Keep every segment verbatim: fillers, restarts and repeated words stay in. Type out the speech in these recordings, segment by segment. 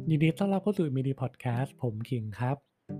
ยินดีต้อนรับเข้าสู่ Mini Podcast ผมคิงครับ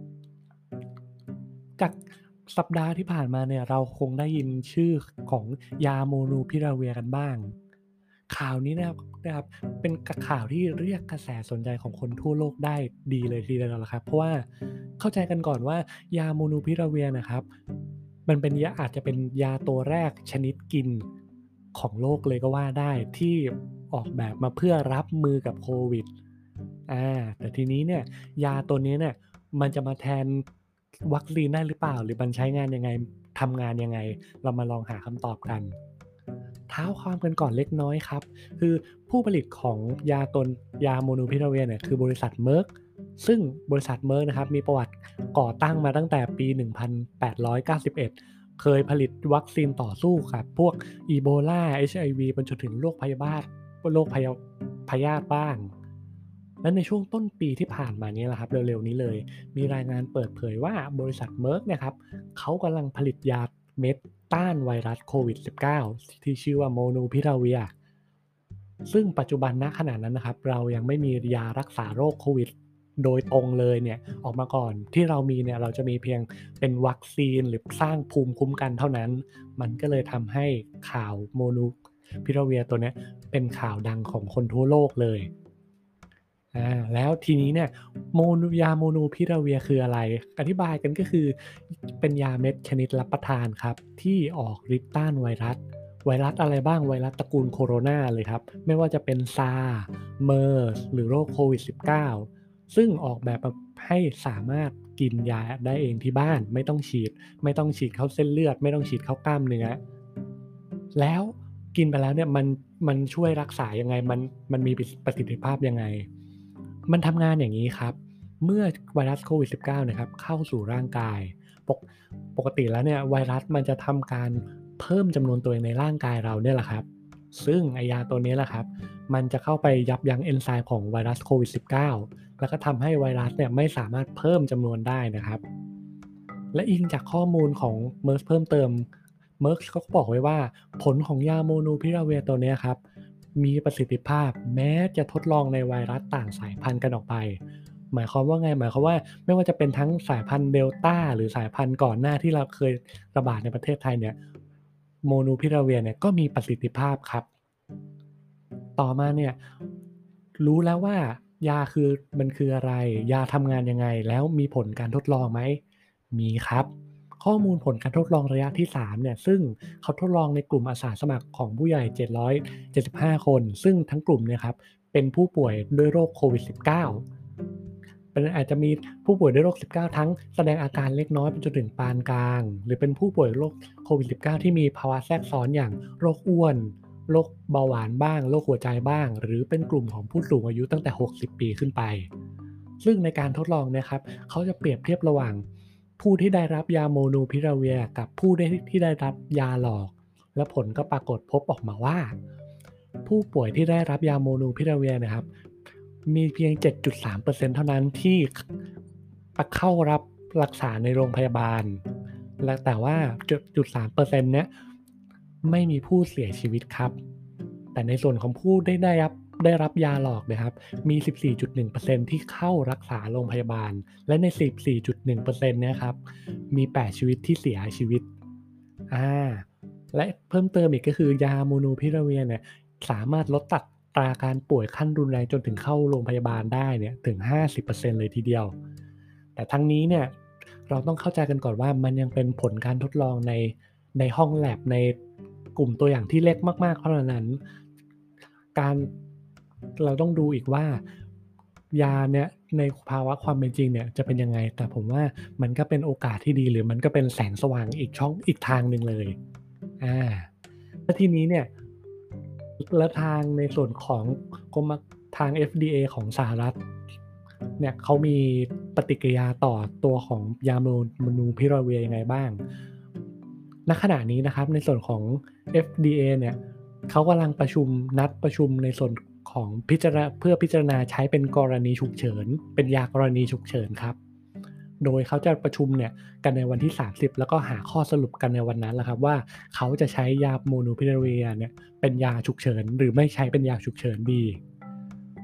จากสัปดาห์ที่ผ่านมาเนี่ยเราคงได้ยินชื่อของยา Molnupiravir กันบ้างข่าวนี้นะครับนะครับเป็นกข่าวที่เรียกกระแสสนใจของคนทั่วโลกได้ดีเลยทีเดียวล่ะครับเพราะว่าเข้าใจกันก่อนว่ายา Molnupiravir นะครับมันเป็นยาอาจจะเป็นยาตัวแรกชนิดกินของโลกเลยก็ว่าได้ที่ออกแบบมาเพื่อรับมือกับโควิด อาแต่ทีนี้เนี่ยยาตัวนี้เนี่ยมันจะมาแทนวัคซีนได้หรือเปล่าหรือมันใช้งานยังไงทำงานยังไงเรามาลองหาคำตอบกันเท้าความกันก่อนเล็กน้อยครับคือผู้ผลิตของยาตนยา Molnupiravir เนี่ยคือบริษัท Merck ซึ่งบริษัท Merck นะครับมีประวัติก่อตั้งมาตั้งแต่ปีหนึ่งพันแปดร้อยเก้าสิบเอ็ดเคยผลิตวัคซีนต่อสู้กับพวก Ebola เอช ไอ วี ไปจนถึงโรคพยาบาทโรคพยาพยาธิบ้าง และในช่วงต้นปีที่ผ่านมานี้แหละครับเร็วๆนี้เลยมีรายงานเปิดเผยว่าบริษัท Merck เนี่ยครับเขากำลังผลิตยาเม็ดต้านไวรัสโควิด สิบเก้า ที่ชื่อว่า Molnupiravir ซึ่งปัจจุบันณขณะนั้นนะครับเรายังไม่มียารักษาโรคโควิดโดยตรงเลยเนี่ยออกมาก่อนที่เรามีเนี่ยเราจะมีเพียงเป็นวัคซีนหรือสร้างภูมิคุ้มกันเท่านั้นมันก็เลยทำให้ข่าว Molnupiravir ตัวเนี้ยเป็นข่าวดังของคนทั่วโลกเลย อาแล้วทีนี้เนี่ยโมนูยา Molnupiravir คืออะไรอธิบายกันก็คือเป็นยาเม็ดชนิดรับประทานครับที่ออกฤทธิ์ต้านไวรัสไวรัสอะไรบ้างไวรัสตระกูลโคโรนาเลยครับไม่ว่าจะเป็น SARS MERS หรือโรคโควิด สิบเก้า ซึ่งออกแบบมาให้สามารถกินยาได้เองที่บ้านไม่ต้องฉีดไม่ต้องฉีดเข้าเส้นเลือดไม่ต้องฉีดเข้ากล้ามเนื้อแล้วกินไปแล้วเนี่ยมันมันช่วยรักษายังไงมันมันมีประสิประสิทธิภาพยังไง มันทำงานอย่างงี้ครับ เมื่อไวรัสโควิด สิบเก้า เนี่ยครับเข้าสู่ร่างกายปกปกติแล้วเนี่ยไวรัสมันจะทำการเพิ่มจำนวนตัวเองในร่างกายเราเนี่ยแหละครับซึ่งไอ้ยาตัวนี้แหละครับมันจะเข้าไปยับยั้งเอนไซม์ของไวรัสโควิด สิบเก้า แล้วก็ทำให้ไวรัสเนี่ยไม่สามารถเพิ่มจำนวนได้นะครับ และอิงจากข้อมูลของ Merck เพิ่มเติม Merck เขาก็บอกไว้ว่าผลของยา Molnupiravir ตัวเนี้ยครับมีประสิทธิภาพแม้จะทดลองในไวรัสต่างสายพันธุ์กันออกไปหมายความว่าไงหมายความว่าไม่ว่าจะเป็นทั้งสายพันธุ์เดลต้าหรือสายพันธุ์ก่อนหน้าที่เราเคยระบาดในประเทศไทยเนี่ย Molnupiravir เนี่ยก็มีประสิทธิภาพครับต่อมาเนี่ยรู้แล้วว่ายาคือมันคืออะไรยาทำงานยังไงแล้วมีผลการทดลองไหม มีครับข้อมูลผลการทดลองระยะที่สามเนี่ยซึ่งเขาทดลองในกลุ่มอาสาสมัครของผู้ใหญ่เจ็ดร้อยเจ็ดสิบห้าคนซึ่งทั้งกลุ่มเนี่ยครับเป็นผู้ป่วยด้วยโรคโควิด สิบเก้า เป็นอาจจะมีผู้ป่วยด้วยโรค สิบเก้า ทั้งแสดงอาการเล็กน้อยไปจนถึงปานกลางหรือเป็นผู้ป่วยโรคโควิด สิบเก้า ที่มีภาวะแทรกซ้อนอย่างโรคอ้วนโรคเบาหวานบ้างโรคหัวใจบ้างหรือเป็นกลุ่มของผู้สูงอายุตั้งแต่หกสิบปีขึ้นไปซึ่งในการทดลองเนี่ยครับเขาจะเปรียบเทียบระหว่างผู้ที่ได้รับยา Molnupiravir กับผู้ได้ที่ได้รับยาหลอกและผลก็ปรากฏพบออกมาว่าผู้ป่วยที่ได้รับยา Molnupiravir นะครับ มีเพียง เจ็ดจุดสามเปอร์เซ็นต์เปอร์เซ็นต์เท่านั้นที่ขปเข้ารับรักษาในโรงพยาบาลและแต่ว่า เจ็ดจุดสามเปอร์เซ็นต์เปอร์เซ็นต์เนี้ยไม่มีผู้เสียชีวิตครับแต่ในส่วนของผู้ได้ได้รับได้รับยาหลอกนะครับมี สิบสี่จุดหนึ่งเปอร์เซ็นต์ที่เข้ารักษาโรงพยาบาลและใน สิบสี่จุดหนึ่งเปอร์เซ็นต์เปอร์เซ็นต์เนี่ยครับมีแปดชีวิตที่เสียชีวิตอาและเพิ่มเติมอีกก็คือยา Molnupiravir เนี่ย สามารถลดตัดตราการป่วยขั้นรุนแรงจนถึงเข้าโรงพยาบาลได้เนี่ยถึงห้าสิบเปอร์เซ็นต์เปอร์เซ็นต์เลยทีเดียวแต่ทั้งนี้เนี่ยเราต้องเข้าใจกันก่อนว่ามันยังเป็นผลการทดลองในในห้องแลบในกลุ่มตัวอย่างที่เล็กมากๆเท่านั้นการเราต้องดูอีกว่ายาเนี่ยในภาวะความเป็นจริงเนี่ยจะเป็นยังไงแต่ผมว่ามันก็เป็นโอกาสที่ดีหรือมันก็เป็นแสงสว่างอีกช่องอีกทางหนึ่งเลยอาแล้วทีนี้เนี่ย แล้วทางในส่วนของกรมทาง เอฟ ดี เอ ของสหรัฐเนี่ยเขามีปฏิกิริยาต่อตัวของยา Mol Molnupiravir ยังไงบ้างณขณะนี้นะครับในส่วนของ เอฟ ดี เอ เนี่ยเขากำลังประชุมนัดประชุมในส่วนของพิจารณาเพื่อพิจารณาใช้เป็นกรณีฉุกเฉินเป็นยากรณีฉุกเฉินครับโดยเขาจะประชุมเนี่ยกันในวันที่สามสิบแล้วก็หาข้อสรุปกันในวันนั้นแหละครับว่าเขาจะใช้ยา Molnupiravir เนี่ย เป็นยาฉุกเฉินหรือไม่ใช้เป็นยาฉุกเฉินดี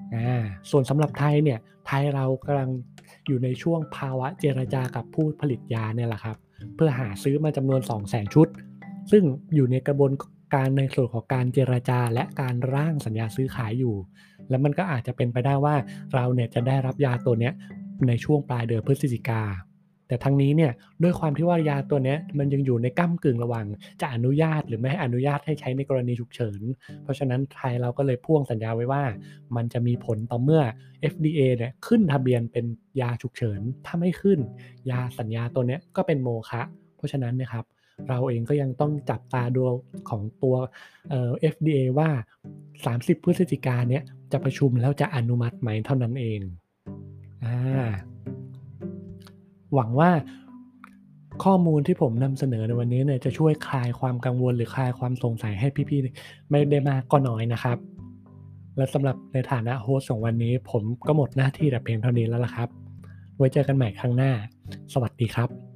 อาส่วนสำหรับไทยเนี่ยไทยเรากำลังอยู่ในช่วงภาวะเจรจากับผู้ผลิตยาเนี่ยแหละครับเพื่อหาซื้อมาจำนวนสองแสนชุดซึ่งอยู่ในกระบวนการในส่วนของการเจรจาและการร่างสัญญาซื้อขายอยู่แล้วมันก็อาจจะเป็นไปได้ว่าเราเนี่ยจะได้รับยาตัวเนี้ยในช่วงปลายเดือนพฤศจิกาแต่ทั้งนี้เนี่ยด้วยความที่ว่ายาตัวเนี้ยมันยังอยู่ในก้ำกึ่งระหว่างจะอนุญาตหรือไม่ให้อนุญาตให้ใช้ในกรณีฉุกเฉินเพราะฉะนั้นไทยเราก็เลยพ่วงสัญญาไว้ว่า มันจะมีผลต่อเมื่อ เอฟ ดี เอ เนี่ยขึ้นทะเบียนเป็นยาฉุกเฉินถ้าไม่ขึ้นยาสัญญาตัวเนี้ยก็เป็นโมฆะเพราะฉะนั้นเนี่ยครับเราเองก็ยังต้องจับตาดูของตัวเอ่อ เอฟ ดี เอ ว่าสามสิบพฤศจิกายนเนี้ยจะประชุมแล้วจะอนุมัติไหมเท่านั้นเองอาหวังว่าข้อมูลที่ผมนำเสนอในวันนี้เนี่ยจะช่วยคลายความกังวลหรือคลายความสงสัยให้พี่ๆไม่ได้มากก็น้อยนะครับ และสำหรับในฐานะโฮสต์ของวันนี้ผมก็หมดหน้าที่แต่เพียงเท่านี้แล้วล่ะครับไว้เจอกันใหม่ครั้งหน้าสวัสดีครับ